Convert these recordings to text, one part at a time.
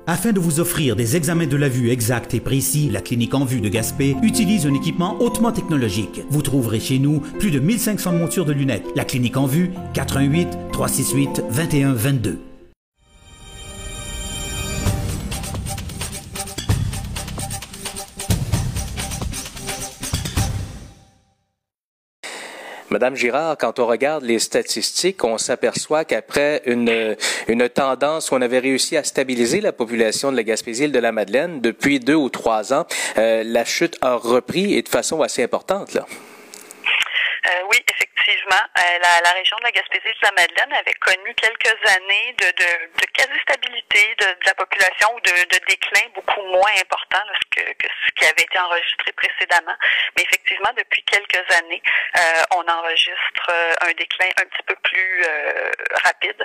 Afin de vous offrir des examens de la vue exacts et précis, la Clinique en vue de Gaspé utilise un équipement hautement technologique. Vous trouverez chez nous plus de 1500 montures de lunettes. La Clinique en vue, 418-368-2122. Madame Girard, quand on regarde les statistiques, on s'aperçoit qu'après une tendance où on avait réussi à stabiliser la population de la Gaspésie-Île-de-la-Madeleine depuis 2 ou 3 ans, la chute a repris et de façon assez importante, là. Oui, effectivement. La région de la Gaspésie-de-la-Madeleine avait connu quelques années de quasi-stabilité de la population ou de déclin beaucoup moins important que ce qui avait été enregistré précédemment. Mais effectivement, depuis quelques années, on enregistre un déclin un petit peu plus rapide.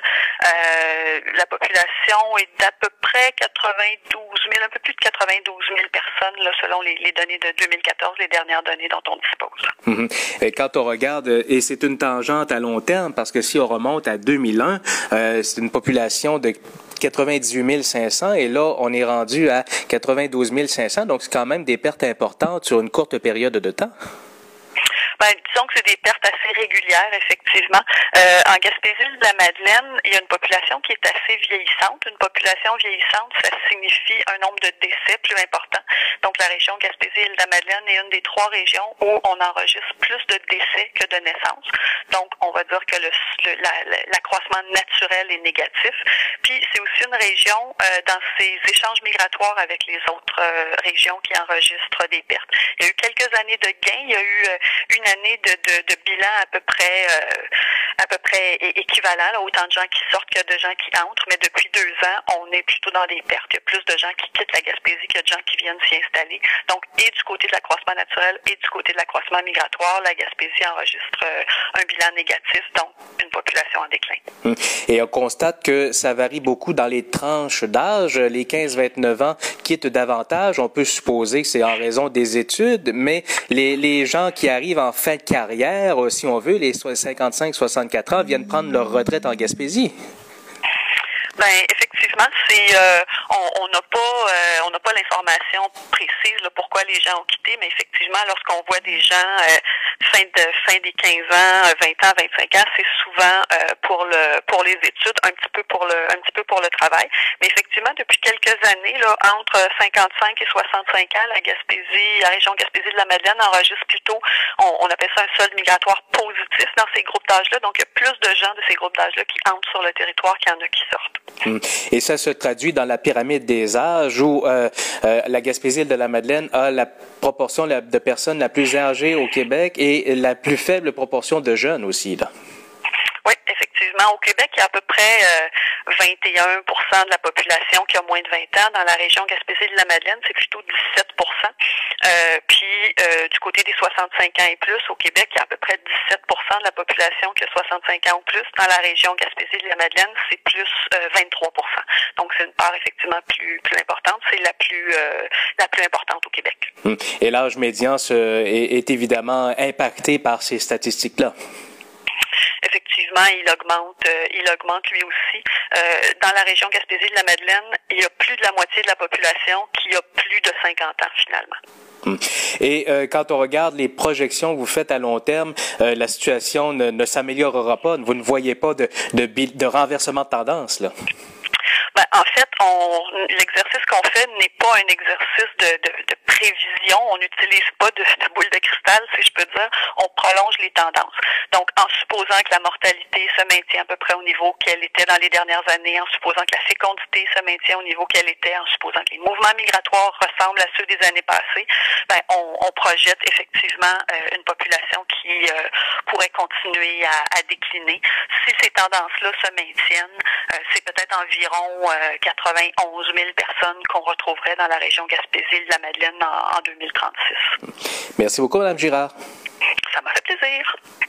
La population est d'à peu près 92 000, un peu plus de 92 000 personnes, là, selon les données de 2014, les dernières données dont on dispose. Et quand on regarde, et c'est une tangente à long terme, parce que si on remonte à 2001, c'est une population de 98 500 et là, on est rendu à 92 500, donc c'est quand même des pertes importantes sur une courte période de temps. Disons que c'est des pertes assez régulières, effectivement. En Gaspésie-de-la-Madeleine, il y a une population qui est assez vieillissante. Une population vieillissante, ça signifie un nombre de décès plus important. Donc, la région Gaspésie-de-la-Madeleine est une des 3 régions où on enregistre plus de décès que de naissances. Donc, on va dire que l'accroissement naturel est négatif. Puis, c'est aussi une région, dans ses échanges migratoires avec les autres régions qui enregistrent des pertes. Il y a eu quelques années de gains. Il y a eu une année de bilan à peu près équivalent, là, autant de gens qui sortent que de gens qui entrent, mais depuis 2 ans, on est plutôt dans des pertes. Il y a plus de gens qui quittent la Gaspésie que de gens qui viennent s'y installer. Donc, et du côté de l'accroissement naturel et du côté de l'accroissement migratoire, la Gaspésie enregistre un bilan négatif, donc une population en déclin. Et on constate que ça varie beaucoup dans les tranches d'âge. Les 15-29 ans quittent davantage. On peut supposer que c'est en raison des études, mais les gens qui arrivent en fin de carrière, si on veut, les 55-64 ans, viennent prendre leur retraite en Gaspésie. Effectivement, on n'a pas l'information précise là, pourquoi les gens ont quitté, mais effectivement, lorsqu'on voit des gens fin des 15 ans, 20 ans, 25 ans, c'est souvent pour les études, un petit peu pour le travail. Mais effectivement, depuis quelques années, là, entre 55 et 65 ans, la région Gaspésie-de-la-Madeleine enregistre plutôt, on appelle ça un solde migratoire positif dans ces groupes d'âge-là. Donc, il y a plus de gens de ces groupes d'âge-là qui entrent sur le territoire qu'il y en a qui sortent. Et ça se traduit dans la pyramide des âges où la Gaspésie-de-la-Madeleine a la proportion de personnes la plus âgée au Québec et la plus faible proportion de jeunes aussi, là. Oui, effectivement. Au Québec, il y a à peu près 21% de la population qui a moins de 20 ans. Dans la région Gaspésie-de-la-Madeleine, c'est plutôt 17%. Puis, du côté des 65 ans et plus, au Québec, il y a à peu près 17% de la population qui a 65 ans ou plus. Dans la région Gaspésie-de-la-Madeleine, c'est plus 23%. Donc, c'est une part effectivement plus importante. C'est la plus importante au Québec. Et l'âge médian est évidemment impacté par ces statistiques-là. Effectivement, il augmente lui aussi. Dans la région Gaspésie-de-la-Madeleine, il y a plus de la moitié de la population qui a plus de 50 ans finalement. Et quand on regarde les projections que vous faites à long terme, la situation ne s'améliorera pas. Vous ne voyez pas de renversement de tendance, là. En fait, l'exercice qu'on fait n'est pas un exercice de prévision. On n'utilise pas de boule de cristal, si je peux dire. On prolonge les tendances. Donc, en supposant que la mortalité se maintient à peu près au niveau qu'elle était dans les dernières années, en supposant que la fécondité se maintient au niveau qu'elle était, en supposant que les mouvements migratoires ressemblent à ceux des années passées, on projette effectivement une population qui pourrait continuer à décliner. Si ces tendances-là se maintiennent, c'est peut-être environ 91 000 personnes qu'on retrouverait dans la région Gaspésie-de-la-Madeleine en 2036. Merci beaucoup, Mme Girard. Ça m'a fait plaisir.